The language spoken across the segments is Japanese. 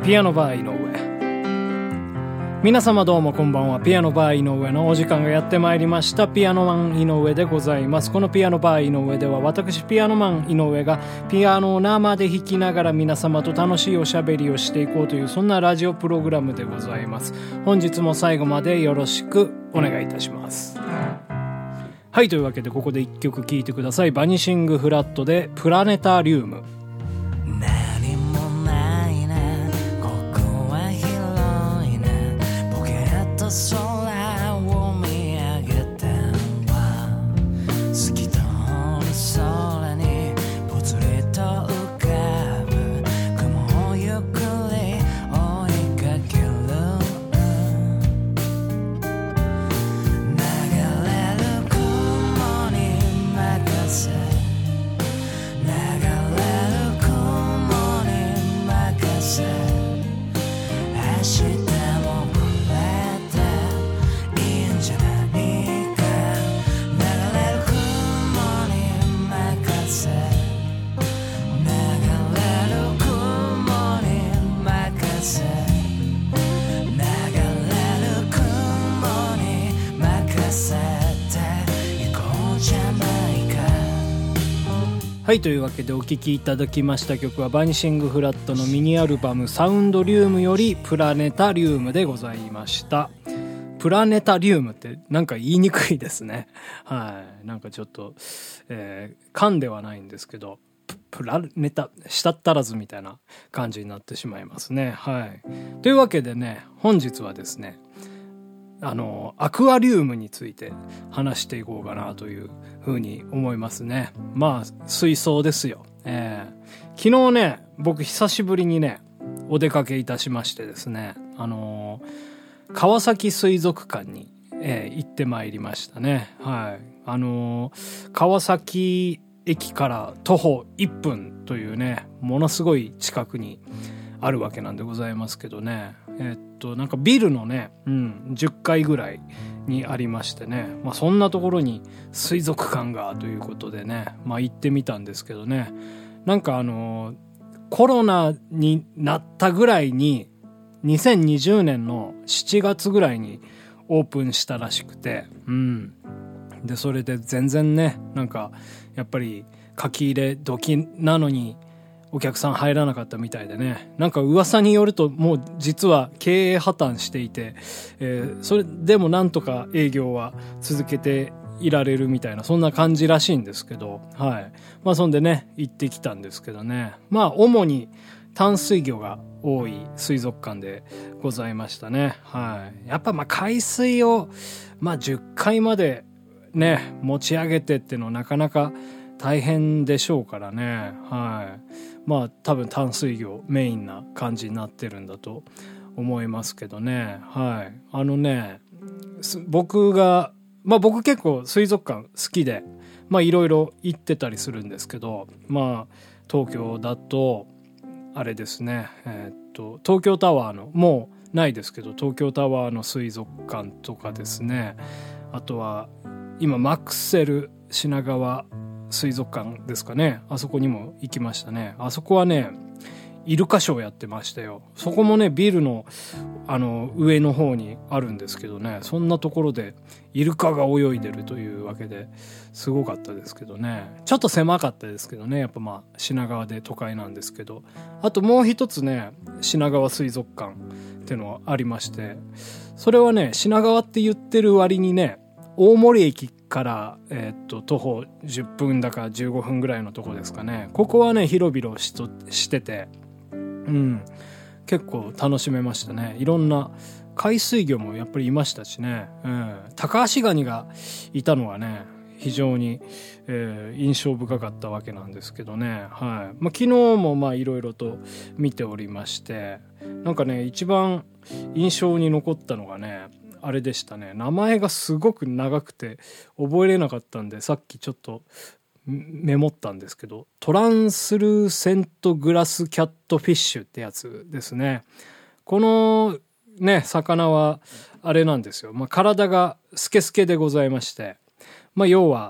ピアノバー井上。皆様どうもこんばんは。ピアノバー井上のお時間がやってまいりました。ピアノマン井上でございます。このピアノバー井上では私ピアノマン井上がピアノを生で弾きながら皆様と楽しいおしゃべりをしていこうという、そんなラジオプログラムでございます。本日も最後までよろしくお願いいたします。はい、というわけでここで一曲聴いてください。バニシングフラットでプラネタリウム。 何もないね、ここは広いね、ポケット空を見上げては透き通る空にぽつりと浮かぶ雲をゆっくり追いかける、流れる雲に任せ、流れる雲に任せ、明日もこれでいいんじゃないか、流れる雲に任せ、流れる雲に任せ、流れる雲に任せていこうじゃないか。 はい、というわけでお聴きいただきました曲はバニシングフラットのミニアルバムサウンドリウムよりプラネタリウムでございました。プラネタリウムってなんか言いにくいですね。はい、なんかちょっと、噛んではないんですけど、プラネタしたったらずみたいな感じになってしまいますね。はい、というわけでね、本日はですね、アクアリウムについて話していこうかなというふうに思いますね。まあ水槽ですよ。昨日ね、僕久しぶりにねお出かけいたしましてですね、川崎水族館に、行ってまいりましたね。はい、川崎駅から徒歩1分というね、ものすごい近くにあるわけなんでございますけどね、なんかビルのね、10階ぐらいにありましてね、まあそんなところに水族館がということでね、まあ行ってみたんですけどね、なんかコロナになったぐらいに2020年の7月ぐらいにオープンしたらしくて、でそれで全然ね、なんかやっぱり書き入れ時なのにお客さん入らなかったみたいでね、なんか噂によるともう実は経営破綻していて、それでもなんとか営業は続けていられるみたいな、そんな感じらしいんですけど、はい、まあそんでね行ってきたんですけどね、まあ主に淡水魚が多い水族館でございましたね。はい、やっぱまあ海水をまあ10階までね持ち上げてっていうのはなかなか大変でしょうからね。はい、まあ多分淡水魚メインな感じになってるんだと思いますけどね。はい、僕結構水族館好きで、まあいろいろ行ってたりするんですけど、まあ東京だとあれですね、東京タワーのもうないですけど東京タワーの水族館とかですね、あとは今マクセル品川水族館ですかね、あそこにも行きましたね。あそこはねイルカショーやってましたよ。そこもねビルの上の方にあるんですけどね、そんなところでイルカが泳いでるというわけですごかったですけどね、ちょっと狭かったですけどね、やっぱまあ品川で都会なんですけど、あともう一つね品川水族館っていうのはありまして、それはね品川って言ってる割にね大森駅から、徒歩10分だか15分ぐらいのとこですかね。ここはね広々してて、結構楽しめましたね。いろんな海水魚もやっぱりいましたしね、タカアシガニがいたのがね非常に、印象深かったわけなんですけどね。はい、まあ、昨日もまあいろいろと見ておりまして、なんかね一番印象に残ったのがねあれでしたね。名前がすごく長くて覚えれなかったんでさっきちょっとメモったんですけど、トランスルーセントグラスキャットフィッシュってやつですね。このね魚はあれなんですよ、まあ、体がスケスケでございまして、まあ、要は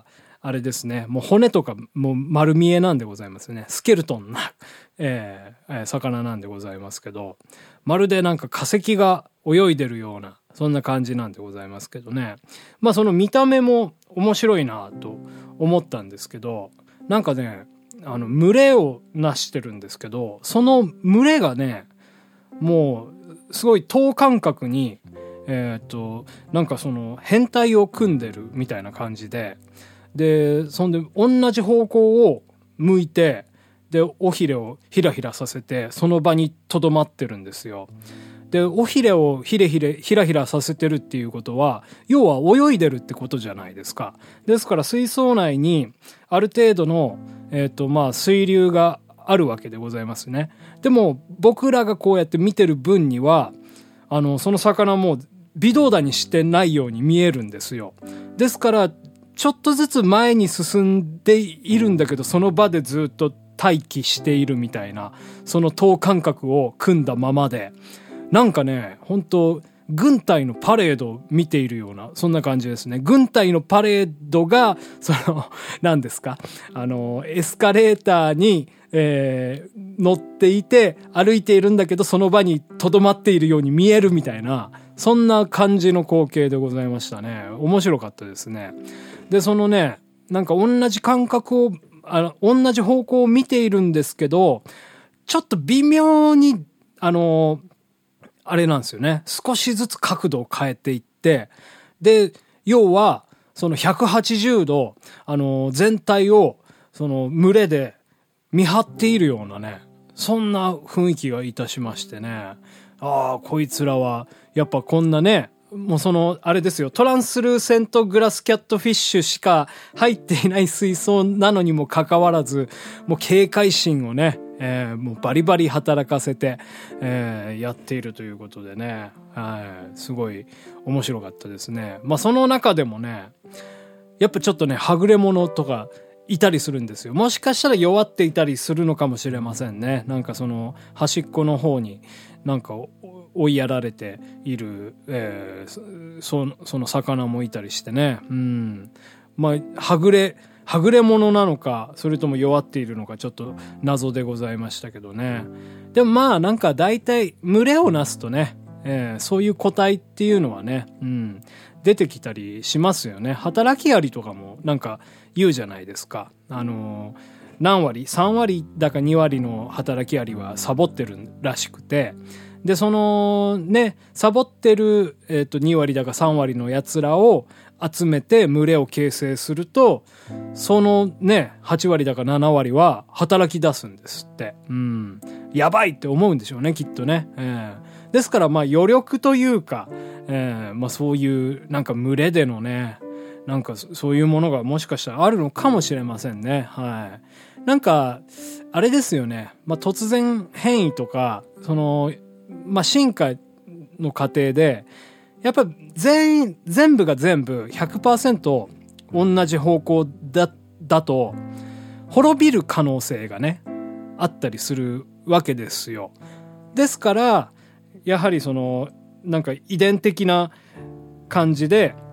あれですね、もう骨とかもう丸見えなんでございますね。スケルトンな、魚なんでございますけど、まるでなんか化石が泳いでるような、そんな感じなんでございますけどね。まあその見た目も面白いなと思ったんですけど、なんかね、群れをなしてるんですけど、その群れがね、もうすごい等間隔になんかその変態を組んでるみたいな感じで、そんで同じ方向を向いて、で尾ひれをひらひらさせてその場にとどまってるんですよ。で尾ひれをひらひらさせてるっていうことは、要は泳いでるってことじゃないですか。ですから水槽内にある程度の水流があるわけでございますね。でも僕らがこうやって見てる分にはその魚も微動だにしてないように見えるんですよ。ですからちょっとずつ前に進んでいるんだけど、その場でずっと待機しているみたいな、その等間隔を組んだままで、なんかね、本当軍隊のパレードを見ているような、そんな感じですね。軍隊のパレードが何ですか、エスカレーターに、乗っていて歩いているんだけど、その場に留まっているように見えるみたいな、そんな感じの光景でございましたね。面白かったですね。でそのね、なんか同じ感覚を同じ方向を見ているんですけど、ちょっと微妙にあれなんですよね。少しずつ角度を変えていって、で要はその180度全体をその群れで見張っているようなね、そんな雰囲気がいたしましてね。ああ、こいつらはやっぱこんなね、もうあれですよ、トランスルーセントグラスキャットフィッシュしか入っていない水槽なのにもかかわらず、もう警戒心をね、もうバリバリ働かせて、やっているということでね、すごい面白かったですね。まあその中でもね、やっぱちょっとね、はぐれ者とかいたりするんですよ。もしかしたら弱っていたりするのかもしれませんね。なんかその端っこの方になんか追いやられている、その魚もいたりしてね。まあはぐれ者なのか、それとも弱っているのか、ちょっと謎でございましたけどね。でもまあなんか大体群れをなすとね、そういう個体っていうのはね、出てきたりしますよね。働きアリとかもなんか言うじゃないですか。何割 ?3 割だか2割の働きアリはサボってるらしくて、でそのね、サボってる、2割だか3割のやつらを集めて群れを形成すると、そのね8割だか7割は働き出すんですって。やばいって思うんでしょうね、きっとね。ですからまあ余力というか、まあそういうなんか群れでのね、なんかそういうものがもしかしたらあるのかもしれませんね。なんかあれですよね。まあ突然変異とかまあ進化の過程でやっぱ全部が全部 100% 同じ方向だと滅びる可能性がねあったりするわけですよ。ですからやはりなんか遺伝的な感じっ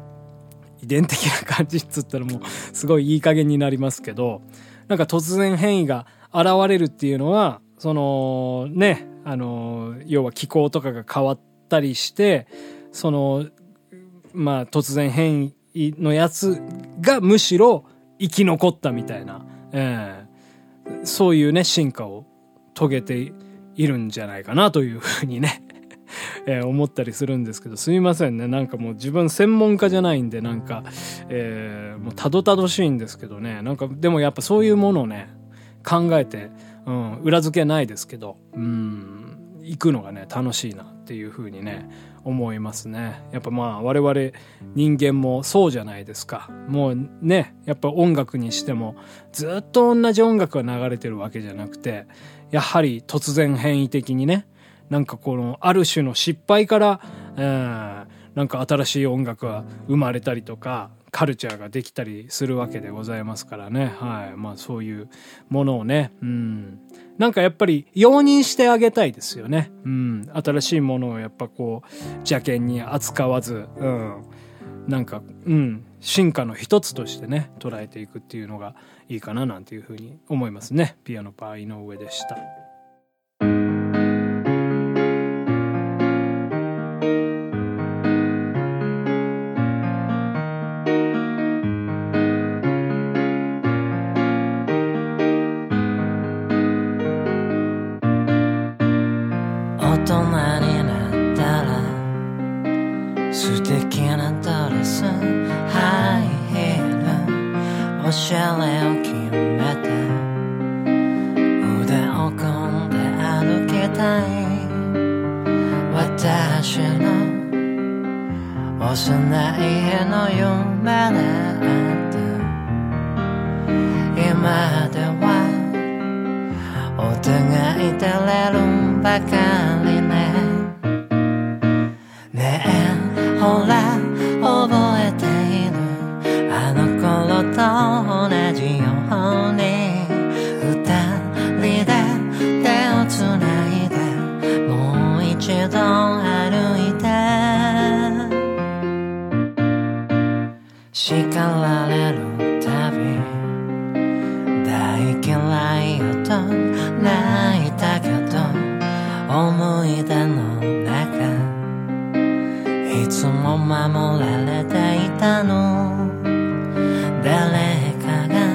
つったらもうすごいいい加減になりますけど、なんか突然変異が現れるっていうのはね、要は気候とかが変わったりしてまあ突然変異のやつがむしろ生き残ったみたいな、そういうね進化を遂げているんじゃないかなというふうにね思ったりするんですけど、すみませんね、なんかもう自分専門家じゃないんでなんか、もうたどたどしいんですけどね、なんかでもやっぱそういうものをね考えて、裏付けないですけど、行くのがね楽しいなっていうふうにね思いますね。やっぱまあ我々人間もそうじゃないですか。もうね、やっぱ音楽にしてもずっと同じ音楽が流れてるわけじゃなくて、やはり突然変異的にね、なんかある種の失敗から、なんか新しい音楽が生まれたりとかカルチャーができたりするわけでございますからね。まあそういうものをね、なんかやっぱり容認してあげたいですよね。新しいものをやっぱ邪険に扱わず、 なんか進化の一つとしてね捉えていくっていうのがいいかななんていうふうに思いますね。ピアノバー井上でした。 大人になったら素敵なドレスハイヒールおしゃれを決めて腕を組んで歩きたい私の幼い日の夢であった今ではお互い照れるばかりねねえほら覚えているあの頃と同じように二人で手をつないでもう一度歩いて叱られるたび大嫌いよと泣いたけど思い出の中いつも守られていたの誰かが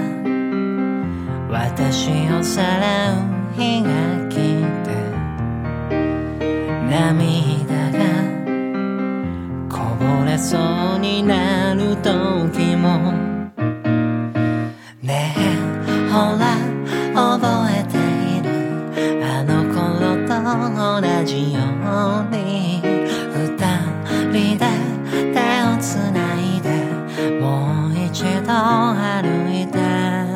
私をさらう日が来て涙がこぼれそうになる時もねえほら覚えているあの頃と同じように二人で手をつないでもう一度歩いて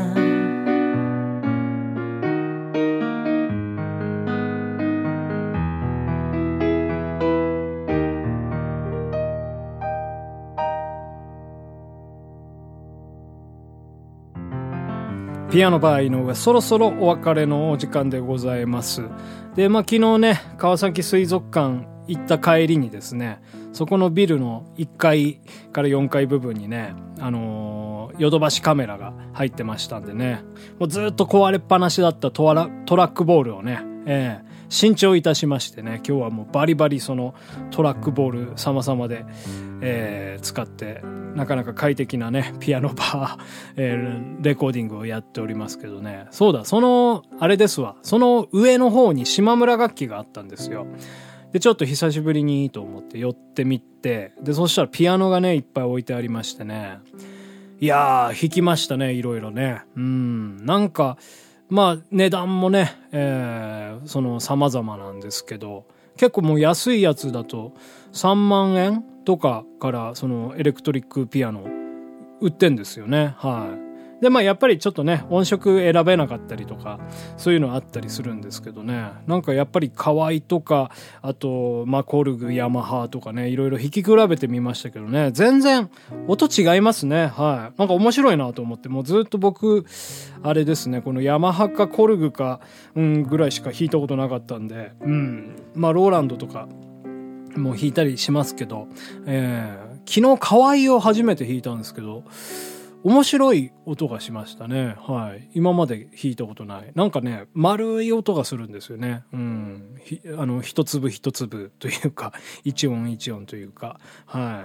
ピアノバー井上、そろそろお別れのお時間でございます。で、昨日ね、川崎水族館行った帰りにですね、そこのビルの1階から4階部分にね、ヨドバシカメラが入ってましたんでね、もうずっと壊れっぱなしだったトラックボールをね、新調いたしましてね、今日はもうバリバリそのトラックボール様々で、使ってなかなか快適なねピアノバー、レコーディングをやっておりますけどね。そうだ、あれですわ、その上の方に島村楽器があったんですよ。でちょっと久しぶりにと思って寄ってみて、でそしたらピアノがねいっぱい置いてありましてね、いやー弾きましたね、いろいろね。なんか値段もね、様々なんですけど、結構もう安いやつだと3万円とかからそのエレクトリックピアノ売ってんですよね。はい。でやっぱりちょっとね音色選べなかったりとかそういうのあったりするんですけどね、なんかやっぱり河合とかあとコルグヤマハとかねいろいろ弾き比べてみましたけどね、全然音違いますね。はい。なんか面白いなと思って、もうずっと僕あれですね、このヤマハかコルグかぐらいしか弾いたことなかったんで、ローランドとかもう弾いたりしますけど、昨日河合を初めて弾いたんですけど面白い音がしましたね。はい。今まで弾いたことない。なんかね、丸い音がするんですよね。一粒一粒というか、一音一音というか、はい。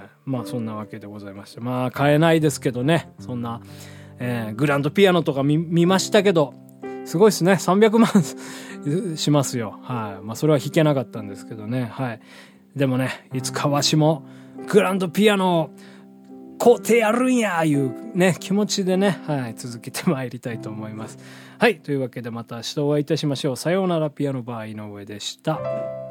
そんなわけでございまして。買えないですけどね。そんな、グランドピアノとか見ましたけど、すごいですね。300万しますよ。はい。それは弾けなかったんですけどね。はい。でもね、いつかわしもグランドピアノを買うてやるんやいうね気持ちでね、はい、続けてまいりたいと思います。はい、というわけでまた明日お会いいたしましょう。さようなら。ピアノバー井上でした。